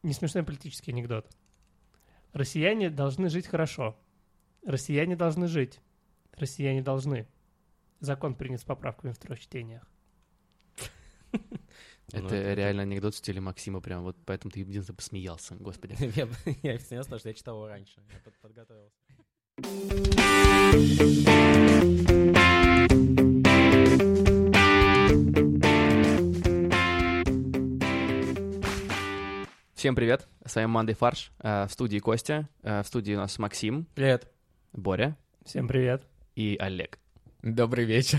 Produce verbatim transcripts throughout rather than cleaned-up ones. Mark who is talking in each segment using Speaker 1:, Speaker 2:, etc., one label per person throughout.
Speaker 1: несмешной политический анекдот. Россияне должны жить хорошо. Россияне должны жить. Россияне должны. Закон принят с поправками в трех чтениях.
Speaker 2: Это реально анекдот в стиле Максима, прям вот поэтому ты единственное посмеялся, господи.
Speaker 3: Я смеялся, потому что я читал его раньше, я подготовился.
Speaker 2: Всем привет, с вами Мандай Фарш, в студии Костя, в студии у нас Максим.
Speaker 3: Привет.
Speaker 2: Боря.
Speaker 1: Всем привет.
Speaker 2: И Олег.
Speaker 4: Добрый вечер.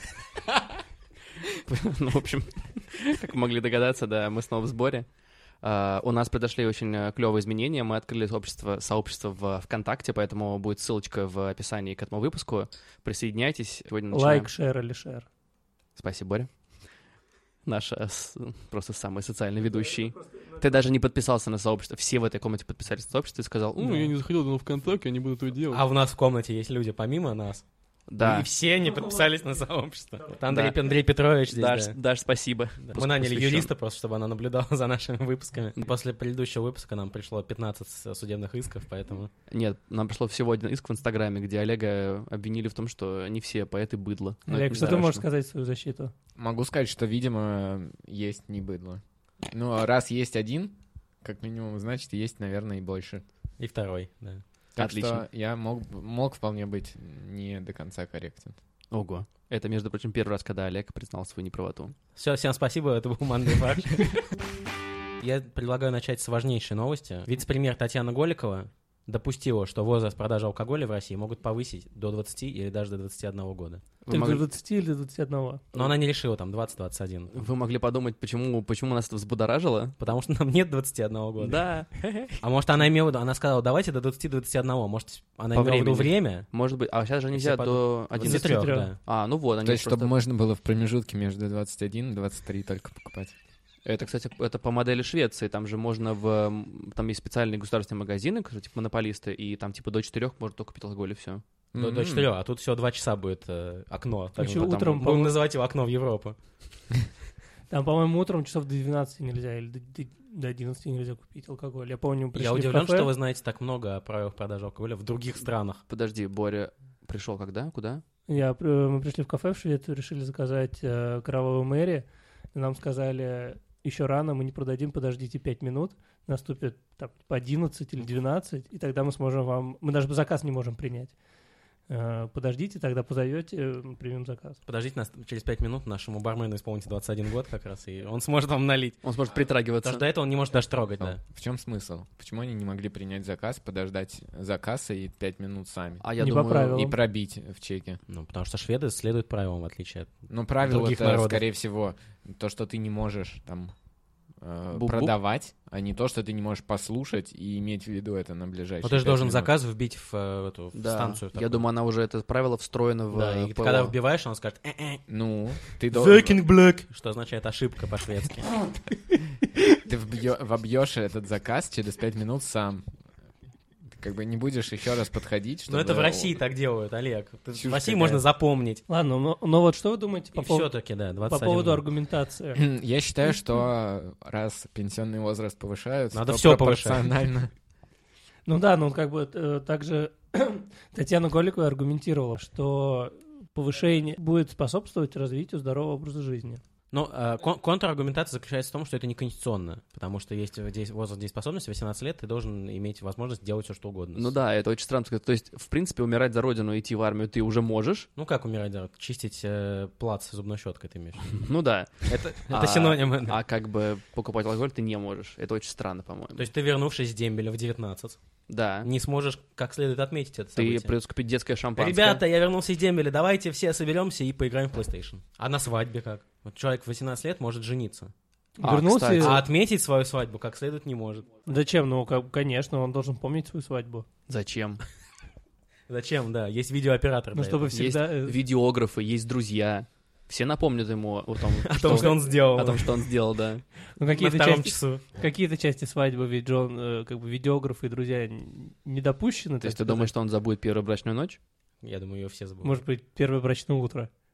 Speaker 2: Ну, в общем, как вы могли догадаться, да, мы снова в сборе. Uh, у нас произошли очень клевые изменения. Мы открыли сообщество, сообщество в ВКонтакте, поэтому будет ссылочка в описании к этому выпуску. Присоединяйтесь. Сегодня начинаем.
Speaker 1: Лайк, шер или шер.
Speaker 2: Спасибо, Боря. Наш просто самый социальный ведущий. Ты даже не подписался на сообщество. Все в этой комнате подписались на сообщество и сказал, ну, я не заходил на ВКонтакте, я не буду этого делать.
Speaker 3: А у нас в комнате есть люди помимо нас?
Speaker 2: Да.
Speaker 3: И все не подписались на сообщество. Это Андрей, да. Андрей Петрович здесь,
Speaker 2: Даш,
Speaker 3: да.
Speaker 2: Даш, спасибо.
Speaker 3: Да. Мы наняли юриста просто, чтобы она наблюдала за нашими выпусками. После предыдущего выпуска нам пришло пятнадцать судебных исков, поэтому...
Speaker 2: Нет, нам пришло всего один иск в Инстаграме, где Олега обвинили в том, что не все поэты быдло.
Speaker 1: Олег, что ты можешь сказать в свою защиту?
Speaker 4: Могу сказать, что, видимо, есть не быдло. Ну, раз есть один, как минимум, значит, есть, наверное, и больше.
Speaker 3: И второй, да.
Speaker 4: Так
Speaker 2: Отлично.
Speaker 4: что я мог, мог вполне быть не до конца корректен.
Speaker 2: Ого. Это, между прочим, первый раз, когда Олег признал свою неправоту.
Speaker 3: Все, всем спасибо, это был Мандай Фарш. Я предлагаю начать с важнейшей новости. Вице-премьер Татьяна Голикова допустила, что возраст продажи алкоголя в России могут повысить до двадцати или даже до двадцати одного года.
Speaker 1: Ты могли... до двадцати или до двадцати одного?
Speaker 3: Но она не решила, там, двадцать-двадцать один.
Speaker 2: Вы могли подумать, почему, почему нас это взбудоражило?
Speaker 3: Потому что нам нет двадцати одного года.
Speaker 2: Да.
Speaker 3: А может, она имела в виду, она сказала, давайте до двадцати-двадцати одного. Может, она
Speaker 2: По
Speaker 3: имела в виду время?
Speaker 2: Может быть. А сейчас же нельзя до
Speaker 3: одиннадцати трёх, да.
Speaker 2: А, ну вот. Они
Speaker 4: То есть,
Speaker 2: просто...
Speaker 4: чтобы можно было в промежутке между двадцать один и двадцать три только покупать.
Speaker 2: Это, кстати, это по модели Швеции. Там же можно в... Там есть специальные государственные магазины, которые типа монополисты, и там типа до четырех можно только купить алкоголь, и все.
Speaker 3: До, mm-hmm. до четырех, а тут всего два часа будет э, окно.
Speaker 1: Так что утром...
Speaker 3: Будем по... называть его окно в Европу.
Speaker 1: Там, по-моему, утром часов до двенадцати нельзя, или до, до одиннадцати нельзя купить алкоголь. Я помню, пришли
Speaker 3: Я удивлен,
Speaker 1: в кафе.
Speaker 3: что вы знаете так много о правилах продажи алкоголя в других странах.
Speaker 2: Подожди, Боря пришел когда? Куда?
Speaker 1: Я, мы пришли в кафе в Швецию, решили заказать э, кровавую Мэри. Нам сказали... Еще рано, мы не продадим, подождите пять минут, наступит там, одиннадцать или двенадцать, и тогда мы сможем вам... Мы даже заказ не можем принять. Подождите, тогда позовете, примем заказ.
Speaker 3: Подождите, нас через пять минут нашему бармену исполнится двадцать один год как раз, и он сможет вам налить.
Speaker 2: Он сможет притрагиваться.
Speaker 3: Потому что до этого он не может даже трогать,
Speaker 4: а,
Speaker 3: да.
Speaker 4: В чем смысл? Почему они не могли принять заказ, подождать заказ и пять минут сами?
Speaker 2: А я
Speaker 1: не
Speaker 2: думаю,
Speaker 1: по правилам.
Speaker 4: И пробить в чеке.
Speaker 3: Ну, потому что шведы следуют правилам, в отличие от
Speaker 4: Ну, правило
Speaker 3: других
Speaker 4: это,
Speaker 3: народов.
Speaker 4: скорее всего, то, что ты не можешь там э,
Speaker 2: Бук-бук?
Speaker 4: продавать, а не то, что ты не можешь послушать и иметь в виду это на ближайшие
Speaker 3: Но ты же
Speaker 4: пять
Speaker 3: должен
Speaker 4: минут.
Speaker 3: заказ вбить в, в эту в
Speaker 2: да.
Speaker 3: станцию.
Speaker 2: Я
Speaker 3: такую.
Speaker 2: думаю, она уже, это правило встроено в
Speaker 3: Да, и
Speaker 2: ПО.
Speaker 3: когда вбиваешь, он скажет «э-э».
Speaker 4: Ну, ты должен...
Speaker 3: Fucking black, что означает ошибка по-шведски.
Speaker 4: Ты вбьё- вобьешь этот заказ через пять минут сам. Ты как бы не будешь еще раз подходить, чтобы...
Speaker 3: Но это в России так делают, Олег. В
Speaker 4: Чушь
Speaker 3: России
Speaker 4: какая.
Speaker 3: можно запомнить.
Speaker 1: Ладно, но, но вот что вы думаете по,
Speaker 3: И
Speaker 1: пов...
Speaker 3: все-таки, да, двадцать
Speaker 1: по
Speaker 3: один
Speaker 1: поводу
Speaker 3: год.
Speaker 1: аргументации?
Speaker 4: Я считаю, что раз пенсионный возраст повышают,
Speaker 3: Надо
Speaker 4: то
Speaker 3: всё повышать.
Speaker 4: пропорционально...
Speaker 1: Ну да, ну как бы э, также Татьяна Голикова аргументировала, что повышение будет способствовать развитию здорового образа жизни.
Speaker 3: Ну, э, кон- контраргументация заключается в том, что это неконституционно, потому что есть дес- возраст дееспособности, восемнадцать лет, ты должен иметь возможность делать все, что угодно.
Speaker 2: Ну да, это очень странно сказать. То есть, в принципе, умирать за родину, идти в армию ты уже можешь.
Speaker 3: Ну как умирать, да? Чистить э, плац зубной щеткой ты имеешь?
Speaker 2: Ну да.
Speaker 3: Это
Speaker 2: А-
Speaker 3: это синонимы.
Speaker 2: А как бы покупать алкоголь ты не можешь. Это очень странно, по-моему.
Speaker 3: То есть ты, вернувшись с дембеля в девятнадцать,
Speaker 2: Да.
Speaker 3: не сможешь как следует отметить это
Speaker 2: Ты
Speaker 3: событие.
Speaker 2: придется купить детское шампанское.
Speaker 3: Ребята, я вернулся из дембеля, давайте все соберемся и поиграем в PlayStation. А на свадьбе как? Вот человек в восемнадцать лет может жениться.
Speaker 2: А,
Speaker 1: Вернулся...
Speaker 2: кстати.
Speaker 3: А отметить свою свадьбу как следует не может.
Speaker 1: Зачем? Ну, как, конечно, он должен помнить свою свадьбу.
Speaker 2: Зачем?
Speaker 3: Зачем, да? Есть видеооператор.
Speaker 1: Ну,
Speaker 3: для
Speaker 1: чтобы
Speaker 3: этого.
Speaker 1: всегда... э,
Speaker 2: Есть видеографы, есть друзья. Все напомнят ему о том,
Speaker 3: О том, что он сделал.
Speaker 2: о том, что он сделал, да.
Speaker 1: Ну,
Speaker 3: На
Speaker 1: какие-то
Speaker 3: втором
Speaker 1: части,
Speaker 3: часу.
Speaker 1: какие-то части свадьбы, ведь Джон, э, как бы видеографы и друзья н- не допущены.
Speaker 2: То есть
Speaker 1: так
Speaker 2: ты думаешь,
Speaker 1: сказать.
Speaker 2: что он забудет первую брачную ночь?
Speaker 3: Я думаю, ее все забудут.
Speaker 1: Может быть, первое брачное утро.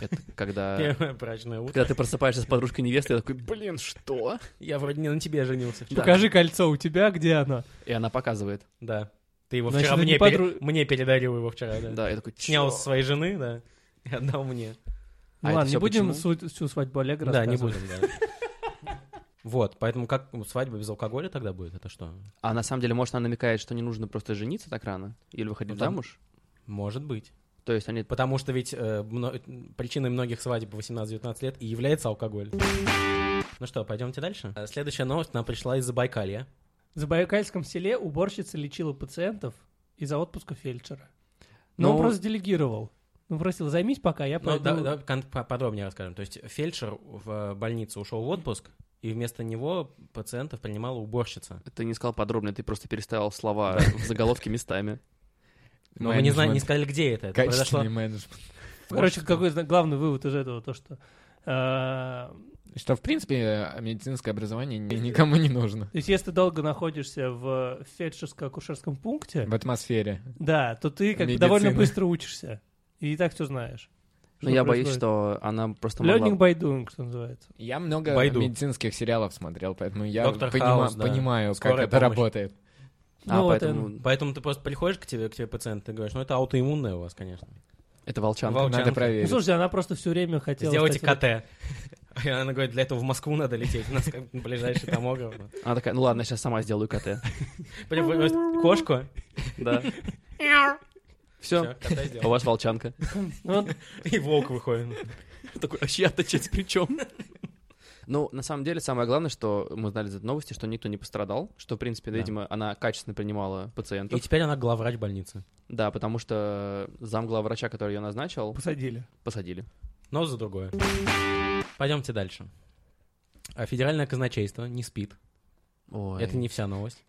Speaker 2: Это когда...
Speaker 3: Первое брачное утро.
Speaker 2: Когда ты просыпаешься с подружкой невесты, я такой, блин, что?
Speaker 3: Я вроде не на тебе женился.
Speaker 2: Да.
Speaker 1: Покажи кольцо у тебя, где оно?
Speaker 2: И она показывает.
Speaker 3: Да. Ты его
Speaker 1: Значит,
Speaker 3: вчера
Speaker 1: это не
Speaker 3: мне, пере-
Speaker 1: подру-
Speaker 3: мне передарил его вчера, да.
Speaker 2: Да, я такой,
Speaker 3: Снял
Speaker 2: чё?
Speaker 3: со своей жены, да, и отдал мне.
Speaker 2: А
Speaker 1: Ну
Speaker 2: это
Speaker 1: ладно, не
Speaker 2: всё
Speaker 1: будем
Speaker 2: почему?
Speaker 1: суть- всю свадьбу Олега
Speaker 3: Да, не
Speaker 1: рассказывать.
Speaker 3: будем, да. Вот, поэтому как свадьба без алкоголя тогда будет? Это что?
Speaker 2: А на самом деле, может, она намекает, что не нужно просто жениться так рано? Или выходить
Speaker 3: Ну, там-
Speaker 2: замуж?
Speaker 3: Может быть.
Speaker 2: То есть они...
Speaker 3: Потому что ведь э, мно- причиной многих свадеб восемнадцать-девятнадцать лет и является алкоголь. Ну что, пойдемте дальше. Э, Следующая новость нам пришла из Забайкалья.
Speaker 1: В Забайкальском селе уборщица лечила пациентов из-за отпуска фельдшера. Но
Speaker 2: Ну-
Speaker 1: он просто делегировал. Он просил, займись пока, я
Speaker 3: Ну,
Speaker 1: пойду.
Speaker 3: да- давай кон- по- подробнее расскажем. То есть фельдшер в больнице ушел в отпуск, и вместо него пациентов принимала уборщица.
Speaker 2: Ты не сказал подробно, ты просто переставил слова в заголовке местами.
Speaker 3: Но мы не, знаем, не
Speaker 4: Менеджмент.
Speaker 3: сказали, где это. Это произошло...
Speaker 4: Качественный менеджмент.
Speaker 1: Короче, какой зна- главный вывод из этого, то что... э,
Speaker 4: Что, в принципе, медицинское образование ни- никому не нужно.
Speaker 1: То есть, если ты долго находишься в фельдшерско-акушерском пункте,
Speaker 4: В атмосфере.
Speaker 1: да, то ты как бы
Speaker 4: Медицины.
Speaker 1: довольно быстро учишься. И так все знаешь.
Speaker 2: Но я боюсь,
Speaker 1: происходит.
Speaker 2: что она просто
Speaker 1: Learning
Speaker 2: могла...
Speaker 1: by doing, что называется.
Speaker 4: Я много
Speaker 3: Байду.
Speaker 4: медицинских сериалов смотрел, поэтому я
Speaker 3: Доктор
Speaker 4: понима-
Speaker 3: Хаус, да.
Speaker 4: понимаю,
Speaker 3: Скорая
Speaker 4: как это
Speaker 3: помощь.
Speaker 4: работает.
Speaker 2: А,
Speaker 1: Ну, вот,
Speaker 2: поэтому...
Speaker 3: Поэтому ты просто приходишь к тебе, к тебе пациент, ты говоришь, ну это аутоиммунное у вас, конечно.
Speaker 2: Это волчанка.
Speaker 3: Волчанка.
Speaker 4: Надо
Speaker 1: Ну,
Speaker 4: проверить.
Speaker 1: слушайте, она просто все время хотела...
Speaker 3: Сделайте
Speaker 1: стать
Speaker 3: КТ. И она говорит, для этого в Москву надо лететь, у нас как бы ближайший томограф.
Speaker 2: Она такая, ну ладно, сейчас сама сделаю КТ.
Speaker 3: Прям выводит кошку.
Speaker 2: Да. Все,
Speaker 3: Всё, КТ
Speaker 2: у
Speaker 3: сделал.
Speaker 2: вас волчанка.
Speaker 1: Ну,
Speaker 3: И волк выходит.
Speaker 2: Такой, а чья-то часть при чем? Ну, на самом деле, самое главное, что мы знали из этой новости, что никто не пострадал, что, в принципе,
Speaker 3: Да.
Speaker 2: видимо, она качественно принимала
Speaker 3: И
Speaker 2: пациентов.
Speaker 3: теперь она главврач больницы.
Speaker 2: Да, потому что замглавврача, который ее назначил,
Speaker 1: посадили.
Speaker 2: посадили.
Speaker 3: Но за другое. Пойдемте дальше. А Федеральное казначейство не спит.
Speaker 2: Ой.
Speaker 3: Это не вся новость.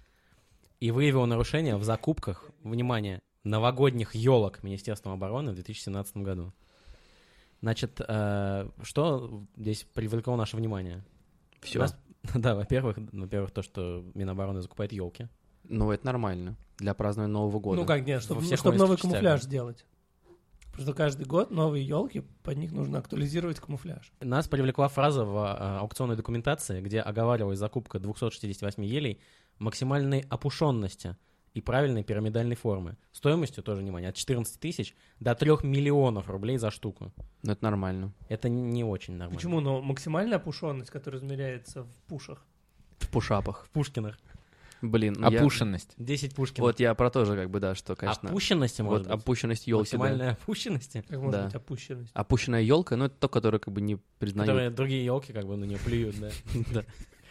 Speaker 3: И выявило нарушения в закупках, внимание, новогодних елок Министерством обороны в две тысячи семнадцатом году. Значит, э, что здесь привлекло наше внимание?
Speaker 2: Все.
Speaker 3: Нас- Да, во-первых, во-первых, то, что Минобороны закупает елки.
Speaker 2: Ну, это нормально. Для празднования Нового года.
Speaker 1: Ну как нет, чтобы,
Speaker 3: Во всех
Speaker 1: чтобы новый
Speaker 3: воинских частях,
Speaker 1: камуфляж
Speaker 3: да.
Speaker 1: сделать. Просто каждый год новые елки, под них нужно актуализировать камуфляж.
Speaker 3: Нас привлекла фраза в э, аукционной документации, где оговаривалась закупка двухсот шестидесяти восьми елей максимальной опушенности и правильной пирамидальной формы. Стоимостью, тоже внимание, от четырнадцати тысяч до трёх миллионов рублей за штуку.
Speaker 2: Ну, это нормально.
Speaker 3: Это не очень нормально.
Speaker 1: Почему? Но максимальная опушенность, которая измеряется в пушах.
Speaker 2: В пушапах.
Speaker 3: В Пушкинах.
Speaker 2: Блин, ну я-
Speaker 4: Опушенность.
Speaker 3: десять Пушкинов.
Speaker 2: Вот я про то же, как бы, да, что, конечно...
Speaker 3: Опущенности, может
Speaker 2: Вот
Speaker 3: быть?
Speaker 2: опущенность елки.
Speaker 3: Максимальной опущенности,
Speaker 1: Как может
Speaker 2: Да.
Speaker 1: быть опущенность?
Speaker 2: Опущенная елка, ну, это то, которое как бы не признают.
Speaker 3: которые другие елки как бы на нее плюют, да.
Speaker 2: Да.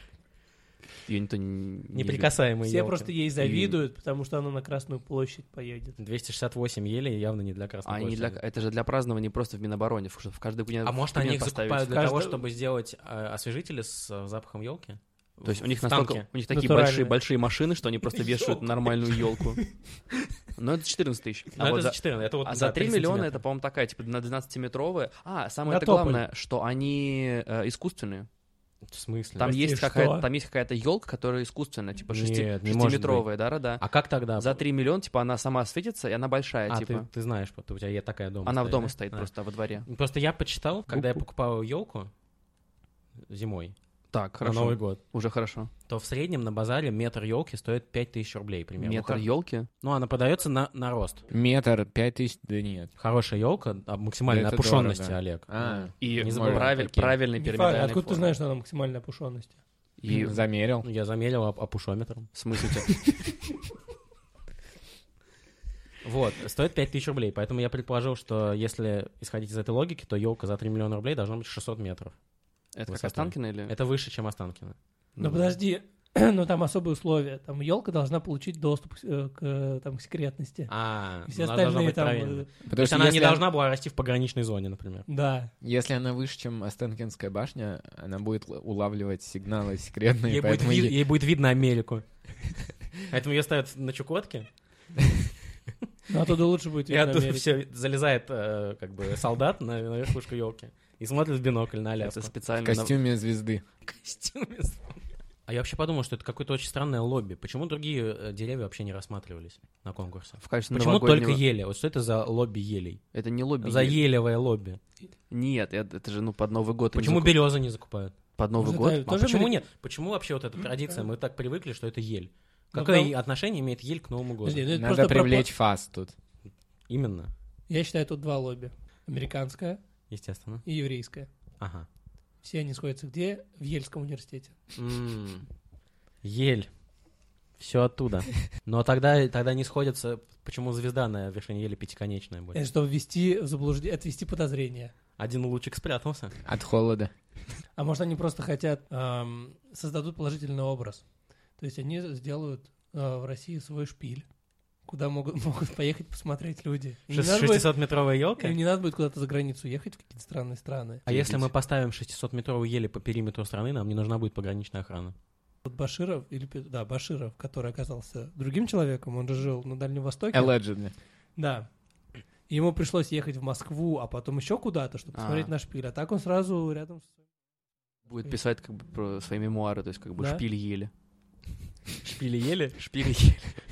Speaker 2: Ее никто не... не
Speaker 3: Неприкасаемые
Speaker 1: Все
Speaker 3: елки.
Speaker 1: просто ей завидуют, потому что она на Красную площадь поедет.
Speaker 3: двести шестьдесят восемь елей явно не для Красной
Speaker 2: А они для...
Speaker 3: площади.
Speaker 2: это же для празднования просто в Минобороне, что в каждый кабинет
Speaker 3: А может,
Speaker 2: кабинет
Speaker 3: они их
Speaker 2: поставить.
Speaker 3: закупают для
Speaker 1: Каждый-
Speaker 3: того, чтобы сделать э, освежители с э, запахом елки?
Speaker 2: То есть у них
Speaker 3: В
Speaker 2: настолько,
Speaker 3: танке.
Speaker 2: у них такие
Speaker 1: Натуральные.
Speaker 2: большие большие машины, что они просто вешают нормальную елку. Ну это четырнадцать тысяч.
Speaker 3: Ну,
Speaker 2: А
Speaker 3: это
Speaker 2: вот
Speaker 3: за
Speaker 2: за
Speaker 3: четырнадцать, это вот
Speaker 2: а
Speaker 3: да,
Speaker 2: за три
Speaker 3: тридцать
Speaker 2: миллиона это,
Speaker 3: сантиметров.
Speaker 2: по-моему, такая, типа, на двенадцатиметровая. А, самое это
Speaker 1: На тополь.
Speaker 2: главное, что они э, искусственные.
Speaker 3: В смысле?
Speaker 2: Там
Speaker 1: Прости,
Speaker 2: есть,
Speaker 1: что?
Speaker 2: какая-то, там есть какая-то елка, которая искусственная, типа шести-
Speaker 3: Нет, не может
Speaker 2: шестиметровая, да-да-да.
Speaker 3: А как тогда?
Speaker 2: За три миллиона, типа, она сама светится, и она большая,
Speaker 3: А, ты,
Speaker 2: типа.
Speaker 3: ты знаешь, вот у тебя есть такая дома.
Speaker 2: Она в
Speaker 3: стоит,
Speaker 2: доме
Speaker 3: да?
Speaker 2: стоит
Speaker 3: А.
Speaker 2: просто во дворе.
Speaker 3: Просто я почитал, когда я
Speaker 1: Гу-гу.
Speaker 3: покупал елку зимой
Speaker 2: Так,
Speaker 3: на Новый
Speaker 2: хорошо.
Speaker 3: год,
Speaker 2: Уже хорошо.
Speaker 3: то в среднем на базаре метр елки стоит пять тысяч рублей примерно.
Speaker 2: Метр
Speaker 3: Ну,
Speaker 2: елки.
Speaker 3: Ну, она продается на, на рост.
Speaker 4: Метр, пять тысяч, да нет.
Speaker 3: Хорошая елка, максимальной
Speaker 4: Да это
Speaker 3: опушенности,
Speaker 4: дорого.
Speaker 3: Олег.
Speaker 4: А.
Speaker 3: Ну,
Speaker 2: И
Speaker 3: Не забывай
Speaker 2: правиль-
Speaker 4: такие.
Speaker 2: правильной
Speaker 1: Не факт.
Speaker 2: пирамидальной
Speaker 1: Откуда ты
Speaker 2: формы.
Speaker 1: знаешь, что она максимальной опушенности?
Speaker 2: И
Speaker 4: Замерил.
Speaker 3: Ну, я замерил оп- опушометром.
Speaker 2: в смысле у тебя-
Speaker 3: Вот, стоит пять тысяч рублей, поэтому я предположил, что если исходить из этой логики, то елка за три миллиона рублей должна быть шестьсот метров.
Speaker 2: Это как
Speaker 3: Высотой.
Speaker 2: Останкино или...
Speaker 3: Это выше, чем Останкино.
Speaker 1: Ну подожди, ну там особые условия. Там елка должна получить доступ к, э, к, э, там, к секретности.
Speaker 3: А,
Speaker 1: И все
Speaker 3: ну, она должна
Speaker 1: остальные
Speaker 3: быть
Speaker 1: там...
Speaker 3: правильной.
Speaker 1: э,
Speaker 3: То
Speaker 4: Потому
Speaker 3: есть
Speaker 4: что
Speaker 3: она не
Speaker 4: если,
Speaker 3: должна была расти в пограничной зоне, например.
Speaker 1: Да.
Speaker 4: если она выше, чем Останкинская башня, она будет л- улавливать сигналы секретные,
Speaker 3: Ей будет,
Speaker 4: поэтому
Speaker 3: ви-
Speaker 4: е-
Speaker 3: ей будет видно Америку. Поэтому ее ставят на Чукотке,
Speaker 1: Но оттуда лучше будет
Speaker 3: и
Speaker 1: видно
Speaker 3: оттуда
Speaker 1: Америку.
Speaker 3: все залезает э, как бы солдат на, на верхушку елки и смотрит в бинокль на
Speaker 2: Это
Speaker 3: Аляску.
Speaker 4: в
Speaker 2: специально... на-
Speaker 4: костюме звезды.
Speaker 3: В костюме. А я вообще подумал, что это какое-то очень странное лобби. Почему другие э, деревья вообще не рассматривались на конкурсе?
Speaker 2: В качестве
Speaker 3: Почему
Speaker 2: новогоднего-
Speaker 3: только ели? Вот что это за лобби елей?
Speaker 2: Это не лобби.
Speaker 3: За
Speaker 2: ели.
Speaker 3: елевое лобби.
Speaker 2: Нет, это, это же ну под Новый год. они
Speaker 3: Почему
Speaker 2: закуп-
Speaker 3: березы не закупают?
Speaker 2: Под Новый
Speaker 1: Может,
Speaker 2: год?
Speaker 1: это
Speaker 3: А
Speaker 1: тоже
Speaker 3: почему
Speaker 1: америк-
Speaker 3: нет? Почему вообще вот эта традиция? Мы так привыкли, что это ель.
Speaker 1: Ну,
Speaker 3: Какое
Speaker 1: да.
Speaker 3: отношение имеет ель к Новому году?
Speaker 1: Подожди, ну это
Speaker 4: Надо
Speaker 1: просто пропа-
Speaker 4: привлечь фас тут.
Speaker 3: Именно,
Speaker 1: Я считаю, тут два лобби. Американское
Speaker 3: естественно.
Speaker 1: и еврейское.
Speaker 3: Ага.
Speaker 1: Все они сходятся где? В Ельском университете.
Speaker 3: М, Ель. Все оттуда. Но тогда, тогда не сходятся, почему звезда на вершине ели пятиконечная будет.
Speaker 1: Это чтобы ввести в заблуждение, отвести подозрения.
Speaker 3: Один лучик спрятался.
Speaker 4: От холода.
Speaker 1: А может, они просто хотят, эм, создадут положительный образ. То есть они сделают э, в России свой шпиль, куда могут, могут поехать посмотреть люди. Им не, надо будет,
Speaker 3: шестисотметровая елка?
Speaker 1: им не надо будет куда-то за границу ехать, в какие-то странные страны.
Speaker 3: А если мы поставим шестисотметровую ели по периметру страны, нам не нужна будет пограничная охрана.
Speaker 1: Вот Баширов, или, Пе- да, Баширов, который оказался другим человеком, он же жил на Дальнем Востоке.
Speaker 4: Allegedly.
Speaker 1: Да. Ему пришлось ехать в Москву, а потом еще куда-то, чтобы
Speaker 2: А.
Speaker 1: посмотреть на шпиль. А так он сразу рядом с...
Speaker 2: Будет писать как бы про свои мемуары, то есть как бы
Speaker 1: Да?
Speaker 2: шпиль ели.
Speaker 3: Шпили ели?
Speaker 2: Шпиль ели.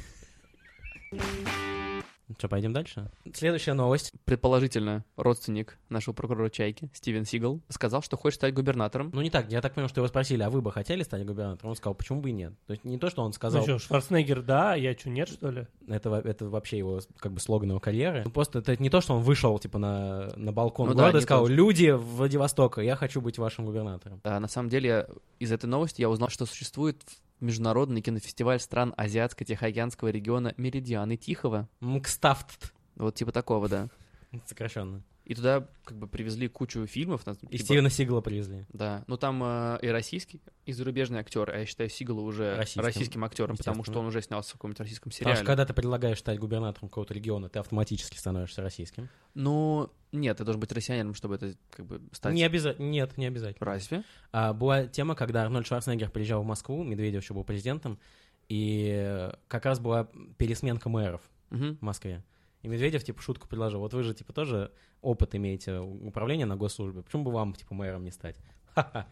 Speaker 3: Что, пойдем дальше? Следующая новость.
Speaker 2: Предположительно, родственник нашего прокурора Чайки, Стивен Сигал, сказал, что хочет стать губернатором.
Speaker 3: Ну не так, я так понял, что его спросили, а вы бы хотели стать губернатором? Он сказал, почему бы и нет. То есть не то, что он
Speaker 1: Ну
Speaker 3: сказал,
Speaker 1: что, Шварценеггер, да, а я что, нет, что ли?
Speaker 3: это, во- это вообще его как бы слоган его карьеры. Ну, просто это не то, что он вышел типа на, на балкон
Speaker 2: Ну да,
Speaker 3: города и
Speaker 2: не
Speaker 3: сказал,
Speaker 2: то, что-
Speaker 3: люди в Владивостоке, я хочу быть вашим губернатором.
Speaker 2: А на самом деле, из этой новости я узнал, что существует международный кинофестиваль стран Азиатско-Тихоокеанского региона Меридианы Тихого.
Speaker 3: МКСТАФТ.
Speaker 2: Вот типа такого, да.
Speaker 3: Сокращенно.
Speaker 2: И туда как бы привезли кучу фильмов. на-
Speaker 3: И
Speaker 2: типа-
Speaker 3: Стивена Сигала привезли.
Speaker 2: Да, ну там э, и российский, и зарубежный актер, а я считаю Сигала уже
Speaker 3: Российским,
Speaker 2: российским, актером, потому
Speaker 3: естественно.
Speaker 2: что он уже снялся в каком-нибудь российском
Speaker 3: Потому
Speaker 2: сериале.
Speaker 3: что когда ты предлагаешь стать губернатором какого-то региона, ты автоматически становишься российским.
Speaker 2: Ну, нет, ты должен быть россиянином, чтобы это как бы стать...
Speaker 3: Не обязательно. Нет, не обязательно.
Speaker 2: Разве?
Speaker 3: А, была тема, когда Арнольд Шварценеггер приезжал в Москву, Медведев еще был президентом, и э, как раз была пересменка мэров
Speaker 2: Мгм.
Speaker 3: в Москве. И Медведев, типа, шутку предложил. Вот вы же, типа, тоже опыт имеете управления на госслужбе. Почему бы вам, типа, мэром не стать? Ха-ха.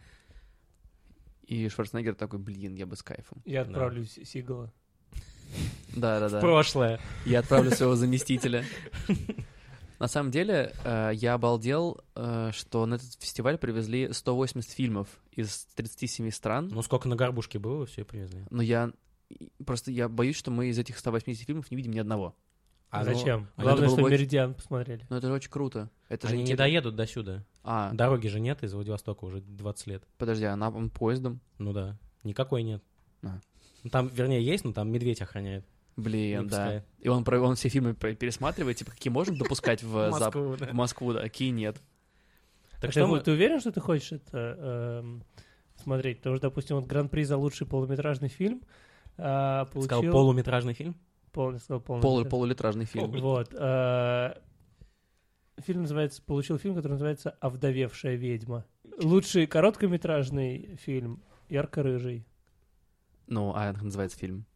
Speaker 2: И Шварценеггер такой, блин, я бы с кайфом.
Speaker 1: Я
Speaker 3: Да.
Speaker 1: отправлю Си- Сигала.
Speaker 2: Да-да-да.
Speaker 3: Прошлое.
Speaker 2: Я отправлю своего заместителя. На самом деле, э, я обалдел, э, что на этот фестиваль привезли сто восемьдесят фильмов из тридцати семи стран.
Speaker 3: Ну, сколько на горбушке было, все и привезли.
Speaker 2: Но я... Просто я боюсь, что мы из этих ста восьмидесяти фильмов не видим ни одного.
Speaker 1: А
Speaker 3: ну,
Speaker 1: зачем?
Speaker 2: а
Speaker 1: Главное,
Speaker 2: это было
Speaker 1: что
Speaker 2: бы очень-
Speaker 1: Меридиан посмотрели.
Speaker 2: Но это же очень круто. Это же
Speaker 3: Они не
Speaker 2: интересно.
Speaker 3: доедут до сюда.
Speaker 2: А,
Speaker 3: Дороги же нет из Владивостока уже двадцать лет.
Speaker 2: подожди, а нам поездом?
Speaker 3: Ну да. Никакой нет.
Speaker 2: А.
Speaker 3: Ну, там, вернее, есть, но там медведь охраняет.
Speaker 2: Блин,
Speaker 3: Не
Speaker 2: да.
Speaker 3: пускает.
Speaker 2: И он, про- он все фильмы про- пересматривает, типа, какие можно допускать в,
Speaker 3: В
Speaker 2: Зап-
Speaker 3: Москву, да.
Speaker 2: в Москву, да, какие нет.
Speaker 3: Так
Speaker 1: А
Speaker 3: что
Speaker 1: ты,
Speaker 3: мы-
Speaker 1: ты уверен, что ты хочешь это эм, смотреть? Потому что, допустим, вот Гран-при за лучший полуметражный фильм а, получил...
Speaker 3: Сказал полуметражный фильм?
Speaker 1: Пол- сказал
Speaker 2: Полу,
Speaker 1: полуметражный.
Speaker 2: полулитражный фильм.
Speaker 1: Вот. а, Фильм называется, получил фильм, который называется «Овдовевшая ведьма». Лучший короткометражный фильм «Ярко-рыжий».
Speaker 2: Ну, а как называется фильм?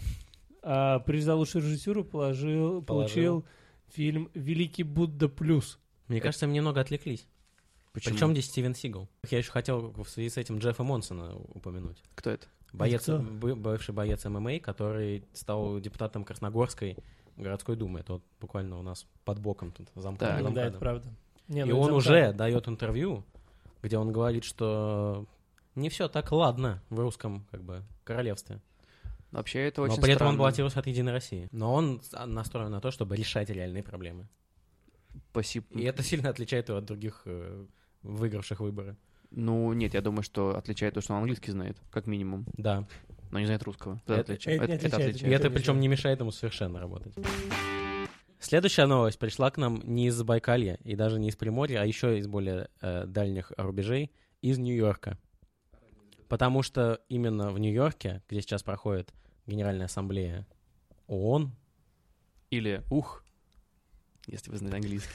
Speaker 1: А приз за лучшую режиссуру положил,
Speaker 3: Положил.
Speaker 1: получил фильм «Великий Будда плюс».
Speaker 3: Мне кажется, мы немного отвлеклись.
Speaker 2: Почему?
Speaker 3: Причем здесь Стивен Сигал? Я еще хотел в связи с этим Джеффа Монсона упомянуть.
Speaker 2: Кто это?
Speaker 3: Боец,
Speaker 1: кто?
Speaker 3: бы- бывший боец ММА, который стал депутатом Красногорской городской думы. Это вот буквально у нас под боком тут замкнул.
Speaker 2: Так.
Speaker 1: Да, это правда. Не,
Speaker 3: И
Speaker 1: ну,
Speaker 3: он
Speaker 1: это
Speaker 3: уже
Speaker 1: правда.
Speaker 3: дает интервью, где он говорит, что не все так ладно в русском как бы королевстве.
Speaker 2: Вообще, это
Speaker 3: Но
Speaker 2: очень
Speaker 3: при этом он
Speaker 2: странно.
Speaker 3: баллотировался от Единой России. Но он настроен на то, чтобы решать реальные проблемы.
Speaker 2: Спасибо.
Speaker 3: И это сильно отличает его от других э, выигравших выборы.
Speaker 2: Ну, нет, я думаю, что отличает то, что он английский знает, как минимум,
Speaker 3: Да.
Speaker 2: но не знает русского. Это,
Speaker 3: Это-
Speaker 2: отличает.
Speaker 1: это не
Speaker 2: Это- это
Speaker 1: отличает,
Speaker 3: И
Speaker 2: отличает.
Speaker 3: это
Speaker 1: не
Speaker 3: причем
Speaker 1: знаю.
Speaker 3: не мешает ему совершенно работать. Следующая новость пришла к нам не из Забайкалья и даже не из Приморья, а еще из более э, дальних рубежей, из Нью-Йорка. Потому что именно в Нью-Йорке, где сейчас проходит Генеральная ассамблея ООН,
Speaker 2: Или ух, если вы знаете английский.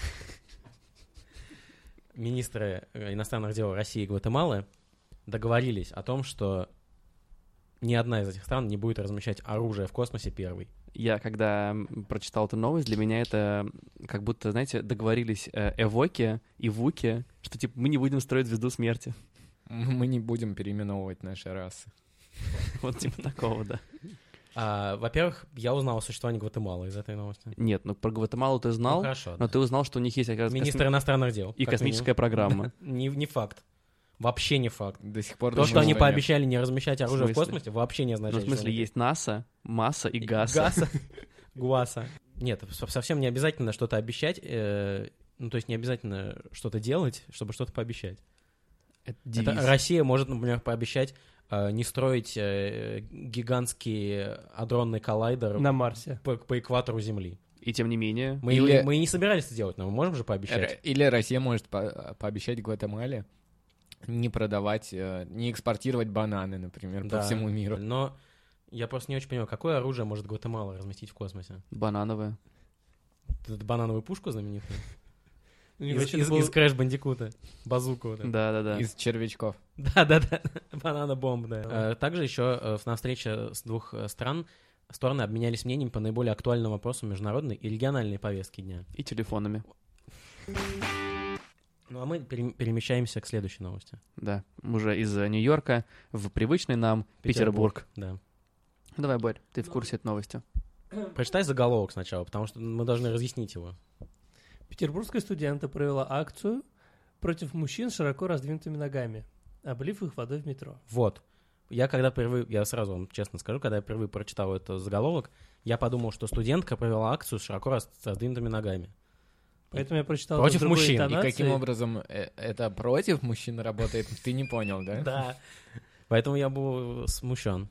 Speaker 3: министры э, иностранных дел России и Гватемалы договорились о том, что ни одна из этих стран не будет размещать оружие в космосе первой.
Speaker 2: Я, когда м, прочитал эту новость, для меня это как будто, знаете, договорились э, Эвоки и Вуки, что, типа, мы не будем строить звезду смерти.
Speaker 4: Мы не будем переименовывать наши расы.
Speaker 2: Вот типа такого, да.
Speaker 3: А, во-первых, я узнал о существовании Гватемалы из этой новости.
Speaker 2: Нет, ну про Гватемалу ты знал,
Speaker 3: Ну, хорошо,
Speaker 2: но
Speaker 3: да.
Speaker 2: ты узнал, что у них есть, оказывается,
Speaker 3: Министр иностранных дел.
Speaker 2: и
Speaker 3: как
Speaker 2: космическая программа.
Speaker 3: минимум. Не, не факт. Вообще не факт.
Speaker 4: До сих пор
Speaker 3: То,
Speaker 4: думаю,
Speaker 3: что они
Speaker 4: нет.
Speaker 3: пообещали не размещать оружие в
Speaker 2: смысле?
Speaker 3: космосе, вообще не
Speaker 2: Ну,
Speaker 3: означает,
Speaker 2: в смысле,
Speaker 3: что они-
Speaker 2: есть НАСА, МАСА и
Speaker 3: И-
Speaker 2: ГАСА.
Speaker 3: ГАСа. ГУАСа. Нет, со- совсем не обязательно что-то обещать. э, Ну, то есть не обязательно что-то делать, чтобы что-то пообещать.
Speaker 2: Это
Speaker 3: Это
Speaker 2: девиз.
Speaker 3: Россия может, например, пообещать э, не строить э, гигантский адронный коллайдер
Speaker 1: На Марсе.
Speaker 3: по, по экватору Земли.
Speaker 2: И тем не менее...
Speaker 3: Мы,
Speaker 4: Или-
Speaker 3: его- мы и не собирались это делать, но мы можем же пообещать.
Speaker 4: Р- Или Россия может по- пообещать Гватемале не продавать, э, не экспортировать бананы, например,
Speaker 3: Да.
Speaker 4: по всему миру.
Speaker 3: Но я просто не очень понимаю, какое оружие может Гватемала разместить в космосе?
Speaker 2: Банановая.
Speaker 3: Эту банановую пушку знаменитую?
Speaker 1: У них
Speaker 3: Из,
Speaker 1: вообще
Speaker 3: из,
Speaker 1: был-
Speaker 3: из Crash Bandicoot. Базуку вот эту.
Speaker 2: Да-да-да.
Speaker 4: Из червячков.
Speaker 3: Да-да-да, банана-бомб, да. Э, Также еще э, на встрече с двух э, стран стороны обменялись мнениями по наиболее актуальным вопросам международной и региональной повестки дня.
Speaker 2: И телефонами.
Speaker 3: Ну а мы пере- перемещаемся к следующей новости.
Speaker 2: Да. Уже из э, Нью-Йорка в привычный нам Петербург.
Speaker 3: Да.
Speaker 2: Ну, давай, Борь, ты в курсе этой новости?
Speaker 3: Прочитай заголовок сначала, потому что мы должны разъяснить его.
Speaker 1: Петербургская студентка провела акцию против мужчин с широко раздвинутыми ногами, облив их водой в метро.
Speaker 3: Вот. Я когда впервые, я сразу вам честно скажу, когда я впервые прочитал этот заголовок, я подумал, что студентка провела акцию с широко рас- раздвинутыми ногами.
Speaker 1: Поэтому я прочитал
Speaker 3: Против
Speaker 1: это с другой
Speaker 3: мужчин. И
Speaker 4: И
Speaker 1: интонацией.
Speaker 4: каким образом э, это против мужчин работает, ты не понял, да?
Speaker 3: Да. Поэтому я был смущен.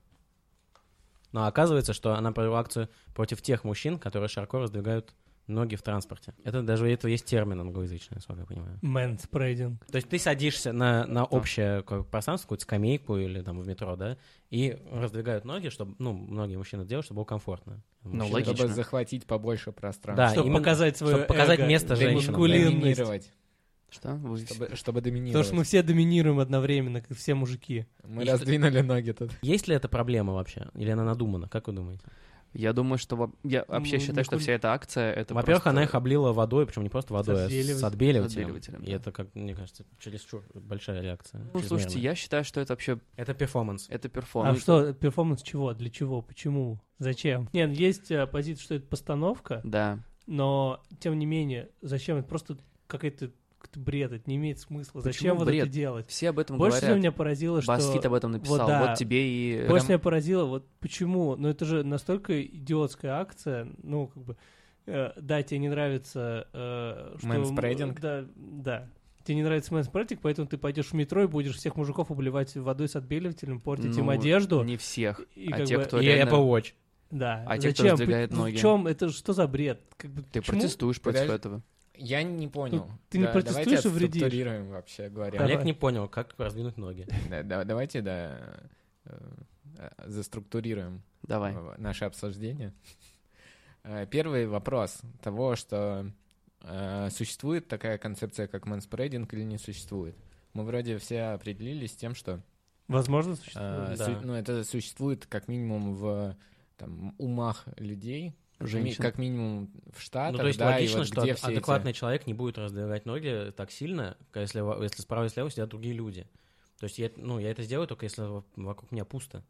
Speaker 3: Но оказывается, что она провела акцию против тех мужчин, которые широко раздвигают ноги в транспорте. Это даже у этого есть термин англоязычный, насколько я понимаю.
Speaker 1: Мэнспрейдинг.
Speaker 3: То есть ты садишься на, на общее как бы пространство, какую-то скамейку или там в метро, да, и раздвигают ноги, чтобы, ну, многие мужчины делают, чтобы было комфортно.
Speaker 2: Ну,
Speaker 3: Мужчины-
Speaker 2: логично.
Speaker 4: Чтобы захватить побольше пространства.
Speaker 3: Да,
Speaker 1: Чтобы
Speaker 3: именно-
Speaker 1: показать свое
Speaker 3: чтобы показать
Speaker 1: эго,
Speaker 3: место
Speaker 1: да,
Speaker 3: женщинам, да.
Speaker 1: маскулинность.
Speaker 4: Доминировать.
Speaker 2: Что? Вы-
Speaker 4: Чтобы, чтобы доминировать.
Speaker 1: Потому что мы все доминируем одновременно, как все мужики.
Speaker 4: Мы
Speaker 3: И
Speaker 4: раздвинули ноги тут.
Speaker 3: Есть ли эта проблема вообще? Или она надумана? Как вы думаете?
Speaker 2: Я думаю, что... во- Я вообще
Speaker 1: Ну,
Speaker 2: считаю, что
Speaker 1: никуль-
Speaker 2: вся эта акция... это
Speaker 3: Во-первых,
Speaker 2: просто-
Speaker 3: она их облила водой, причем не просто водой, а с
Speaker 1: отбеливателем.
Speaker 3: отбеливателем.
Speaker 2: Отбеливателем,
Speaker 3: И
Speaker 2: да.
Speaker 3: это, как мне кажется, чересчур большая реакция.
Speaker 2: Ну, слушайте,
Speaker 3: чрезмерная.
Speaker 2: я считаю, что это вообще...
Speaker 3: Это перформанс.
Speaker 2: Это
Speaker 1: А
Speaker 2: перформанс.
Speaker 1: что, перформанс чего? Для чего? Почему? Зачем? Нет, есть э, позиция, что это постановка,
Speaker 2: Да.
Speaker 1: но, тем не менее, зачем? Это просто какой-то какой-то бред, это не имеет смысла.
Speaker 2: Почему
Speaker 1: Зачем вот
Speaker 2: бред?
Speaker 1: это делать?
Speaker 2: Все об этом
Speaker 1: Больше всего
Speaker 2: говорят.
Speaker 1: меня поразило, что...
Speaker 2: Басфит об этом написал.
Speaker 1: Вот,
Speaker 2: Вот,
Speaker 1: да.
Speaker 2: тебе и...
Speaker 1: Больше меня поразило, вот почему? Ну, это же настолько идиотская акция, ну, как бы, э, да, тебе не нравится... Э, что-
Speaker 4: Мэнспрейдинг?
Speaker 1: Да, да. Тебе не нравится мэнспрейдинг, поэтому ты пойдешь в метро и будешь всех мужиков обливать водой с отбеливателем, портить им
Speaker 2: Ну,
Speaker 1: одежду.
Speaker 2: Не всех,
Speaker 1: И
Speaker 2: а
Speaker 1: как
Speaker 2: те,
Speaker 1: бы-
Speaker 2: кто
Speaker 3: И
Speaker 2: реально...
Speaker 3: Apple Watch.
Speaker 1: Да.
Speaker 2: А те, кто
Speaker 1: Зачем?
Speaker 2: раздвигает
Speaker 1: П-
Speaker 2: ноги?
Speaker 1: В чем? Это что за бред? Как бы,
Speaker 2: Ты
Speaker 1: почему?
Speaker 2: протестуешь против
Speaker 4: Подожди.
Speaker 2: этого.
Speaker 4: Я не понял.
Speaker 1: Ну, ты не
Speaker 4: Да,
Speaker 1: протестуешь,
Speaker 4: давайте
Speaker 1: а вредишь.
Speaker 4: отструктурируем, вообще говоря.
Speaker 1: Давай.
Speaker 3: Олег не понял, как раздвинуть ноги.
Speaker 4: Да, да, давайте, да, э, э, заструктурируем
Speaker 2: Давай.
Speaker 4: э, наше обсуждение. Э, Первый вопрос того, что э, существует такая концепция, как мэнспрейдинг, или не существует. Мы вроде все определились с тем, что
Speaker 1: Возможно,
Speaker 4: э,
Speaker 1: существует.
Speaker 3: да.
Speaker 4: су- ну, это существует как минимум в там, умах людей, ми-
Speaker 2: Женщин.
Speaker 4: как минимум в Штатах,
Speaker 3: Ну, то есть
Speaker 4: да,
Speaker 3: логично,
Speaker 4: и вот
Speaker 3: что
Speaker 4: где
Speaker 3: ад-
Speaker 4: все эти-
Speaker 3: адекватный человек не будет раздвигать ноги так сильно, если, во- если справа и слева сидят другие люди. То есть я, ну, я это сделаю только если во- вокруг меня пусто.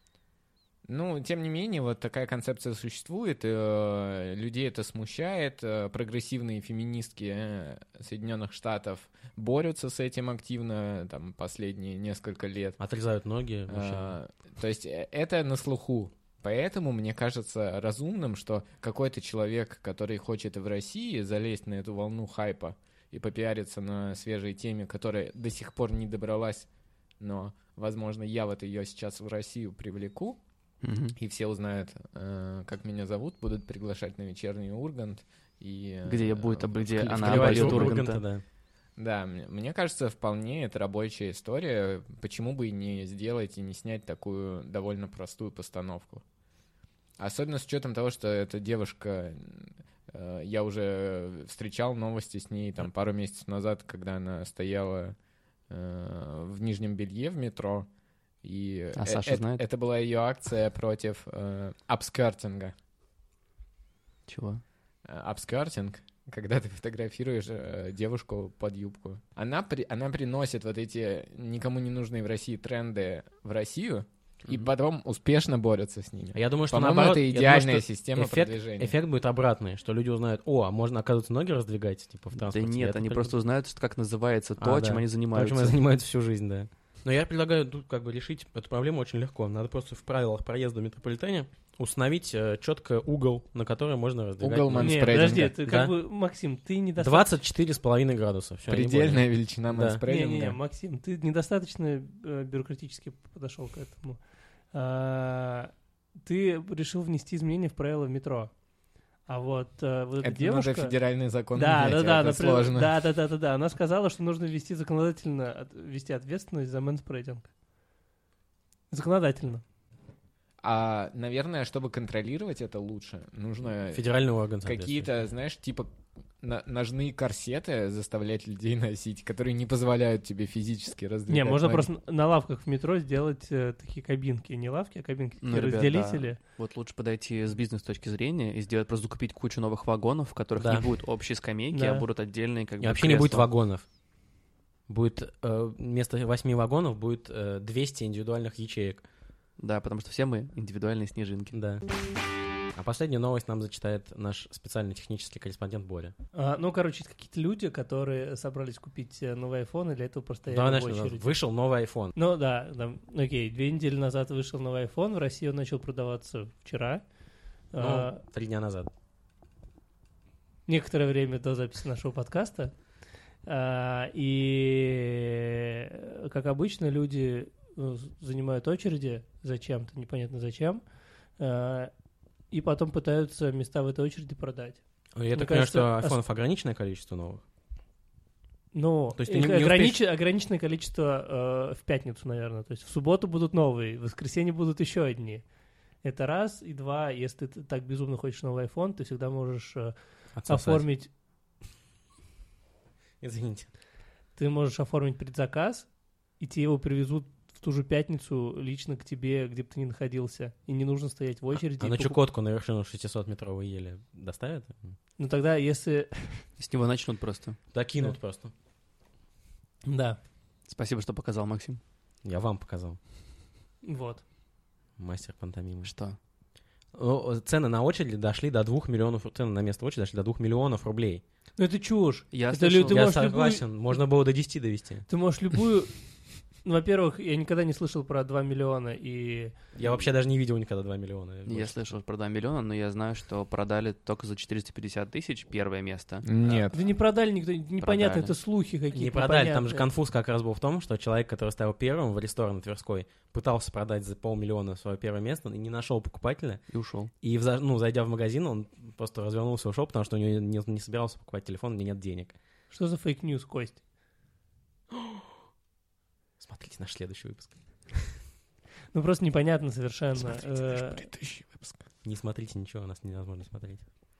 Speaker 4: Ну, тем не менее, вот такая концепция существует, э, людей это смущает, э, прогрессивные феминистки э, Соединенных Штатов борются с этим активно, там, последние несколько лет.
Speaker 3: Отрезают ноги. вообще.
Speaker 4: Э, то есть э, это на слуху. Поэтому мне кажется разумным, что какой-то человек, который хочет в России залезть на эту волну хайпа и попиариться на свежей теме, которая до сих пор не добралась, но, возможно, я вот ее сейчас в Россию привлеку,
Speaker 2: Мгм.
Speaker 4: и все узнают, э, как меня зовут, будут приглашать на вечерний Ургант. И, э,
Speaker 2: Где будет, а
Speaker 4: в
Speaker 2: где
Speaker 4: Кли- в
Speaker 2: она
Speaker 3: Клевать
Speaker 2: обольет
Speaker 4: Клевачу.
Speaker 2: Урганта.
Speaker 3: да.
Speaker 4: Да, мне, мне кажется, вполне это рабочая история. Почему бы и не сделать и не снять такую довольно простую постановку? Особенно с учетом того, что эта девушка, э, я уже встречал новости с ней там пару месяцев назад, когда она стояла э, в нижнем белье в метро. И
Speaker 2: А
Speaker 4: э-
Speaker 2: Саша
Speaker 4: э-
Speaker 2: знает?
Speaker 4: это была ее акция против э, апскертинга.
Speaker 2: Чего?
Speaker 4: Э, Апскертинг, когда ты фотографируешь э, девушку под юбку. Она, при, она приносит вот эти никому не нужные в России тренды в Россию, и потом успешно борются с ними.
Speaker 3: Я думаю, что
Speaker 4: По-моему,
Speaker 3: наоборот,
Speaker 4: это
Speaker 3: я
Speaker 4: идеальная
Speaker 3: думаю, что
Speaker 4: система
Speaker 3: эффект,
Speaker 4: продвижения.
Speaker 3: эффект будет обратный, что люди узнают, о, а можно, оказывается, ноги раздвигать, типа, в
Speaker 2: Да
Speaker 3: транспорте.
Speaker 2: нет,
Speaker 3: Это
Speaker 2: они
Speaker 3: прям-
Speaker 2: просто узнают, что как называется то,
Speaker 3: А,
Speaker 2: чем
Speaker 3: да.
Speaker 2: они
Speaker 3: То,
Speaker 2: занимаются.
Speaker 3: чем они занимаются всю жизнь, да. Но я предлагаю тут как бы решить эту проблему очень легко. Надо просто в правилах проезда в метрополитене установить э, четко угол, на который можно раздвигать
Speaker 4: Угол
Speaker 3: ноги.
Speaker 1: Не,
Speaker 4: Манспрединга.
Speaker 1: подожди, ты
Speaker 3: Да.
Speaker 1: как бы, Максим, ты недостаточно...
Speaker 3: двадцать четыре с половиной градуса. Всё, не
Speaker 4: Предельная величина
Speaker 3: Да.
Speaker 4: манспрединга.
Speaker 1: Не-не-не, Максим, ты недостаточно э, бюрократически подошел к этому. А, ты решил внести изменения в правила метро. А вот, э, вот эта
Speaker 4: Это
Speaker 1: девушка...
Speaker 4: надо федеральный закон
Speaker 1: Да,
Speaker 4: менять,
Speaker 1: да,
Speaker 4: а
Speaker 1: да,
Speaker 4: это
Speaker 1: например,
Speaker 4: сложно.
Speaker 1: да, да, да, да, да. Она сказала, что нужно ввести законодательно, от- ввести ответственность за мэнспрединг. Законодательно.
Speaker 4: А, наверное, чтобы контролировать это лучше, нужно
Speaker 3: больно. Федеральный орган, соответственно.
Speaker 4: какие-то, знаешь, типа на- ножные корсеты заставлять людей носить, которые не позволяют тебе физически раздвигать
Speaker 1: Не, можно
Speaker 4: ноги.
Speaker 1: просто на лавках в метро сделать э, такие кабинки. Не лавки, а кабинки,
Speaker 2: Ну,
Speaker 1: такие
Speaker 2: ребят,
Speaker 1: разделители.
Speaker 2: Вот лучше подойти с бизнес-точки зрения и сделать, просто закупить кучу новых вагонов, в которых
Speaker 3: Да.
Speaker 2: не будет общей скамейки,
Speaker 1: Да.
Speaker 2: а будут отдельные как
Speaker 3: И
Speaker 2: бы
Speaker 3: вообще не будет
Speaker 2: кресла.
Speaker 3: вагонов. Будет э, вместо восьми вагонов будет э, двести индивидуальных ячеек.
Speaker 2: Да, потому что все мы индивидуальные снежинки.
Speaker 3: Да. А последнюю новость нам зачитает наш специальный технический корреспондент Боря.
Speaker 1: А, ну, короче, это какие-то люди, которые собрались купить э, новый iPhone, и для этого постояли
Speaker 3: Давай
Speaker 1: в
Speaker 3: начнем.
Speaker 1: очереди.
Speaker 3: Вышел новый iPhone.
Speaker 1: Ну да, да, окей, две недели назад вышел новый iPhone, в России он начал продаваться вчера. А,
Speaker 3: Ну, три дня назад.
Speaker 1: некоторое время до записи нашего подкаста. А, и, как обычно, люди э, занимают очереди зачем-то, непонятно зачем, а, и потом пытаются места в этой очереди продать.
Speaker 3: Я
Speaker 1: Мне
Speaker 3: так понимаю, что
Speaker 1: кажется, ос-
Speaker 3: айфонов ограниченное количество новых.
Speaker 1: Ну,
Speaker 3: То есть ты не-
Speaker 1: э,
Speaker 3: не
Speaker 1: огранич- ограниченное количество э, в пятницу, наверное. То есть в субботу будут новые, в воскресенье будут еще одни. Это раз. И два, если ты так безумно хочешь новый iPhone, ты всегда можешь э,
Speaker 3: Отсосать.
Speaker 1: оформить...
Speaker 3: Извините.
Speaker 1: Ты можешь оформить предзаказ, и тебе его привезут в ту же пятницу лично к тебе, где бы ты ни находился. И не нужно стоять в очереди.
Speaker 3: А
Speaker 1: и
Speaker 3: на
Speaker 1: покуп-
Speaker 3: Чукотку на вершину шестисотметровой ели доставят?
Speaker 1: Ну тогда, если...
Speaker 2: С него начнут просто.
Speaker 3: Докинут
Speaker 1: Да.
Speaker 3: просто.
Speaker 1: Да,
Speaker 2: Спасибо, что показал, Максим.
Speaker 3: Я вам показал.
Speaker 1: вот.
Speaker 3: Мастер пантомимы.
Speaker 2: Что?
Speaker 3: Ну, цены на очереди дошли до двух миллионов, цены на место в очереди дошли до двух миллионов рублей.
Speaker 1: Ну это чушь.
Speaker 2: Я
Speaker 1: Это
Speaker 2: слышал-
Speaker 1: лю- ты
Speaker 3: Я
Speaker 1: можешь любую-
Speaker 3: согласен, можно было до десяти довести.
Speaker 1: Ты можешь любую... Ну, во-первых, я никогда не слышал про два миллиона, и...
Speaker 3: Я вообще даже не видел никогда два миллиона.
Speaker 2: Я слышал про два миллиона, но я знаю, что продали только за четыреста пятьдесят тысяч первое место.
Speaker 4: Нет.
Speaker 1: Да не продали никто, непонятно,
Speaker 2: Продали.
Speaker 1: это слухи какие-то.
Speaker 3: Не продали, там же
Speaker 1: непонятные.
Speaker 3: конфуз как раз был в том, что человек, который стоял первым в ресторане Тверской, пытался продать за полмиллиона свое первое место и не нашел покупателя.
Speaker 2: И ушел.
Speaker 3: И, вза- ну, зайдя в магазин, он просто развернулся и ушел, потому что у него не, не собирался покупать телефон, у него нет денег.
Speaker 1: Что за фейк-ньюс, Кость?
Speaker 3: Смотрите наш следующий выпуск.
Speaker 1: Ну, просто непонятно совершенно. Э,
Speaker 4: Предыдущий выпуск.
Speaker 3: Не смотрите ничего, нас невозможно смотреть.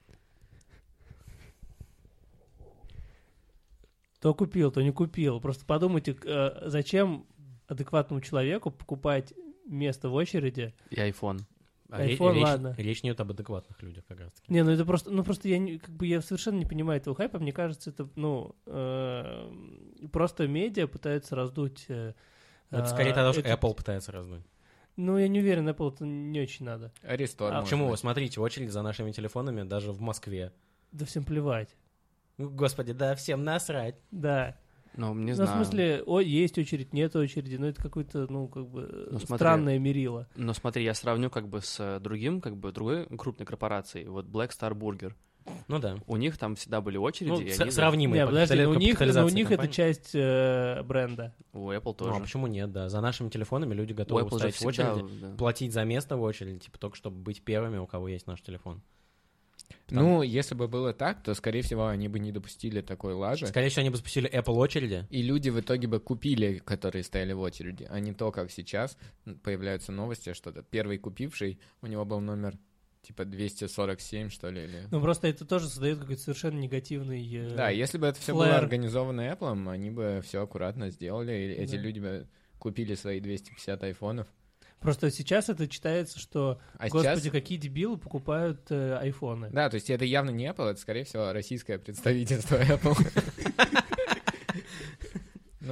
Speaker 1: То купил, то не купил. Просто подумайте, э, зачем адекватному человеку покупать место в очереди?
Speaker 2: И iPhone.
Speaker 3: А ре-
Speaker 1: iPhone,
Speaker 3: речь,
Speaker 1: ладно.
Speaker 3: речь не идет об адекватных людях как раз таки.
Speaker 1: Не, ну это просто, ну просто я, не- как бы я совершенно не понимаю этого хайпа. Мне кажется, это, ну, э, просто медиа пытаются раздуть. э,
Speaker 3: Это
Speaker 1: а,
Speaker 3: скорее тогда, что
Speaker 1: этот-
Speaker 3: Apple пытается раздуть.
Speaker 1: Ну, я не уверен, Apple это не очень надо.
Speaker 4: Арестор.
Speaker 1: А
Speaker 4: может
Speaker 3: Почему?
Speaker 4: быть.
Speaker 3: Смотрите, очередь за нашими телефонами даже в Москве.
Speaker 1: Да всем плевать.
Speaker 3: Ну, Господи, да всем насрать.
Speaker 1: Да.
Speaker 2: Ну, не
Speaker 1: Ну,
Speaker 2: знаю.
Speaker 1: в смысле, о, есть очередь, нет очереди, но это какое-то, ну, как бы,
Speaker 2: Ну, смотри.
Speaker 1: странное мерило.
Speaker 2: Но смотри, я сравню как бы с э, другим, как бы другой крупной корпорацией. Вот Black Star Burger.
Speaker 3: Ну да.
Speaker 2: У них там всегда были очереди.
Speaker 3: Ну,
Speaker 2: и
Speaker 3: с-
Speaker 2: они-
Speaker 3: сравнимые
Speaker 1: Не,
Speaker 3: по
Speaker 1: подожди,
Speaker 3: капитали-
Speaker 1: но у них, но у
Speaker 3: капитализации
Speaker 1: них это
Speaker 3: компании.
Speaker 1: часть э, бренда.
Speaker 2: У Apple
Speaker 3: Ну, а
Speaker 2: тоже.
Speaker 3: почему нет, да? За нашими телефонами люди
Speaker 2: У
Speaker 3: готовы
Speaker 2: Apple же
Speaker 3: стоять в
Speaker 2: всегда...
Speaker 3: очереди,
Speaker 2: да.
Speaker 3: платить за место в очереди, типа только чтобы быть первыми, у кого есть наш телефон.
Speaker 4: Ну, если бы было так, то, скорее всего, они бы не допустили такой лажи.
Speaker 3: Скорее всего, они бы запустили Apple очереди.
Speaker 4: И люди в итоге бы купили, которые стояли в очереди, а не то, как сейчас появляются новости, что первый купивший, у него был номер типа двести сорок семь, что ли. Или...
Speaker 1: Ну, просто это тоже создает какой-то совершенно негативный... э,
Speaker 4: Да, если бы это все
Speaker 1: флэр.
Speaker 4: было организовано Apple, они бы все аккуратно сделали, и эти
Speaker 1: Да.
Speaker 4: люди бы купили свои двести пятьдесят айфонов.
Speaker 1: Просто сейчас это читается, что,
Speaker 4: А
Speaker 1: господи,
Speaker 4: сейчас...
Speaker 1: какие дебилы покупают э, айфоны.
Speaker 4: Да, то есть это явно не Apple, это, скорее всего, российское представительство Apple. Ну,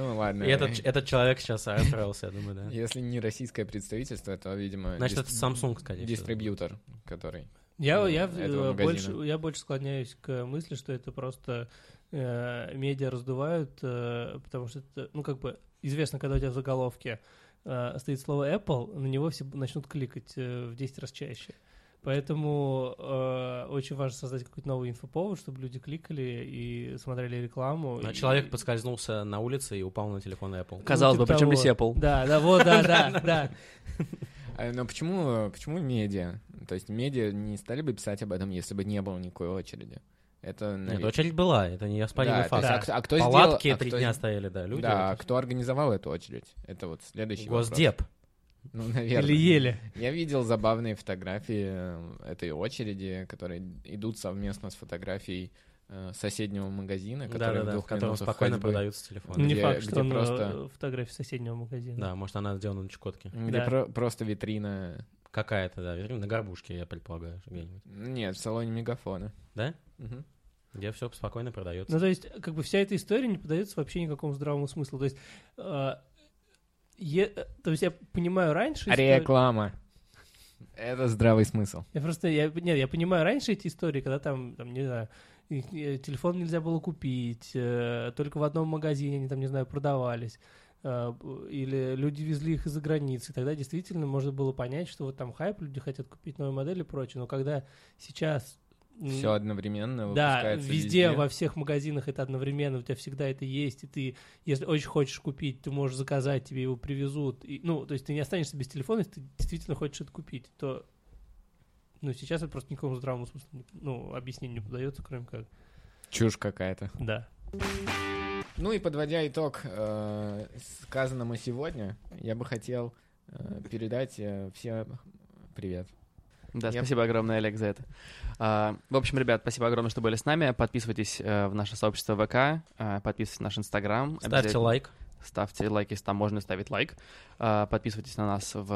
Speaker 4: Ну ладно.
Speaker 3: И этот, этот человек сейчас расстроился, я думаю, да.
Speaker 4: Если не российское представительство, то, видимо,
Speaker 3: Значит,
Speaker 4: дис-
Speaker 3: это Samsung, скорее всего.
Speaker 4: дистрибьютор, который...
Speaker 1: Я,
Speaker 4: Ну,
Speaker 1: я,
Speaker 4: этого
Speaker 1: э, больше,
Speaker 4: магазина.
Speaker 1: я больше склоняюсь к мысли, что это просто э, медиа раздувают, э, потому что это, ну, как бы, известно, когда у тебя в заголовке э, стоит слово Apple, на него все начнут кликать э, в десять раз чаще. Поэтому э, очень важно создать какой-то новый инфоповод, чтобы люди кликали и смотрели рекламу.
Speaker 3: А
Speaker 1: и-
Speaker 3: человек подскользнулся на улице и упал на телефон Apple.
Speaker 2: Казалось
Speaker 1: ну,
Speaker 2: бы,
Speaker 1: типа
Speaker 2: причем
Speaker 1: того.
Speaker 2: здесь Apple?
Speaker 1: Да, да, вот, да, да, да.
Speaker 4: А, но почему, почему медиа? То есть медиа не стали бы писать об этом, если бы не было никакой очереди? Это,
Speaker 3: Нет,
Speaker 4: наве-
Speaker 3: очередь была, это неоспоримый
Speaker 4: Да, то
Speaker 3: факт.
Speaker 4: есть, а кто- а кто
Speaker 3: Палатки
Speaker 4: сделал- а
Speaker 3: три
Speaker 4: кто-
Speaker 3: дня стояли, да, люди.
Speaker 4: Да,
Speaker 3: вот
Speaker 4: кто организовал эту очередь? Это вот следующий вопрос.
Speaker 3: Госдеп.
Speaker 4: Ну, наверное.
Speaker 1: Или ели.
Speaker 4: Я видел забавные фотографии э, этой очереди, которые идут совместно с фотографией э, соседнего магазина, который в
Speaker 3: Да-да-да,
Speaker 4: двух
Speaker 3: в котором
Speaker 4: минутах
Speaker 3: спокойно
Speaker 4: ходьбы,
Speaker 3: продаются телефоны.
Speaker 1: Не
Speaker 4: где-
Speaker 1: факт,
Speaker 4: где
Speaker 1: что он
Speaker 4: просто-
Speaker 1: э, фотографии соседнего магазина.
Speaker 3: Да, может, она сделана на Чукотке.
Speaker 4: где
Speaker 1: Да.
Speaker 4: про- просто витрина...
Speaker 3: Какая-то, да, витрина на горбушке, я предполагаю, где-нибудь.
Speaker 4: Нет, в салоне Мегафона.
Speaker 3: Да?
Speaker 4: Мгм.
Speaker 3: Где все спокойно продается.
Speaker 1: Ну, то есть, как бы вся эта история не поддается вообще никакому здравому смыслу. То есть, э, е- то есть я понимаю раньше... историю-
Speaker 4: Реклама. Это здравый смысл.
Speaker 1: Я просто, я, нет, я понимаю раньше эти истории, когда там, там не знаю, их, э, телефон нельзя было купить, э, только в одном магазине они там, не знаю, продавались, э, б- или люди везли их из-за границы. Тогда действительно можно было понять, что вот там хайп, люди хотят купить новые модели и прочее. Но когда сейчас... м,
Speaker 4: Все одновременно
Speaker 1: Да,
Speaker 4: выпускается
Speaker 1: везде, во всех магазинах это одновременно, у тебя всегда это есть, и ты, если очень хочешь купить, ты можешь заказать, тебе его привезут. И, ну, то есть ты не останешься без телефона, если ты действительно хочешь это купить, то ну, сейчас это просто никакому здравому смыслу не- ну, объяснению не подается, кроме как,
Speaker 4: Чушь какая-то.
Speaker 1: да.
Speaker 4: Ну и подводя итог э, сказанному сегодня, я бы хотел э, передать э, всем привет.
Speaker 2: Да,
Speaker 4: Я-
Speaker 2: спасибо огромное, Олег, за это. А, в общем, ребят, спасибо огромное, что были с нами. Подписывайтесь э, в наше сообщество ВК, э, подписывайтесь на наш Инстаграм.
Speaker 3: Ставьте
Speaker 2: Обязательно
Speaker 3: лайк.
Speaker 2: Ставьте лайк, если там можно ставить лайк. А, подписывайтесь на нас в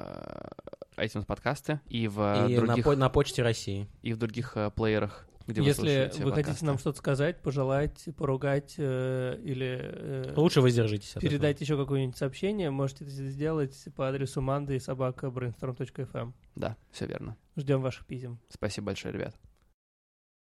Speaker 2: э, iTunes подкасты и в
Speaker 3: И на,
Speaker 2: других,
Speaker 3: по- на почте России.
Speaker 2: и в других э, плеерах, где вы
Speaker 1: Если
Speaker 2: слушаете
Speaker 1: вы
Speaker 2: подкасты.
Speaker 1: хотите нам что-то сказать, пожелать, поругать э, или э,
Speaker 3: Лучше воздержитесь от этого.
Speaker 1: передать еще какое-нибудь сообщение, можете это сделать по адресу манды собака brainstorm точка эф эм.
Speaker 2: Да, все верно.
Speaker 1: Ждем ваших писем.
Speaker 2: Спасибо большое, ребят.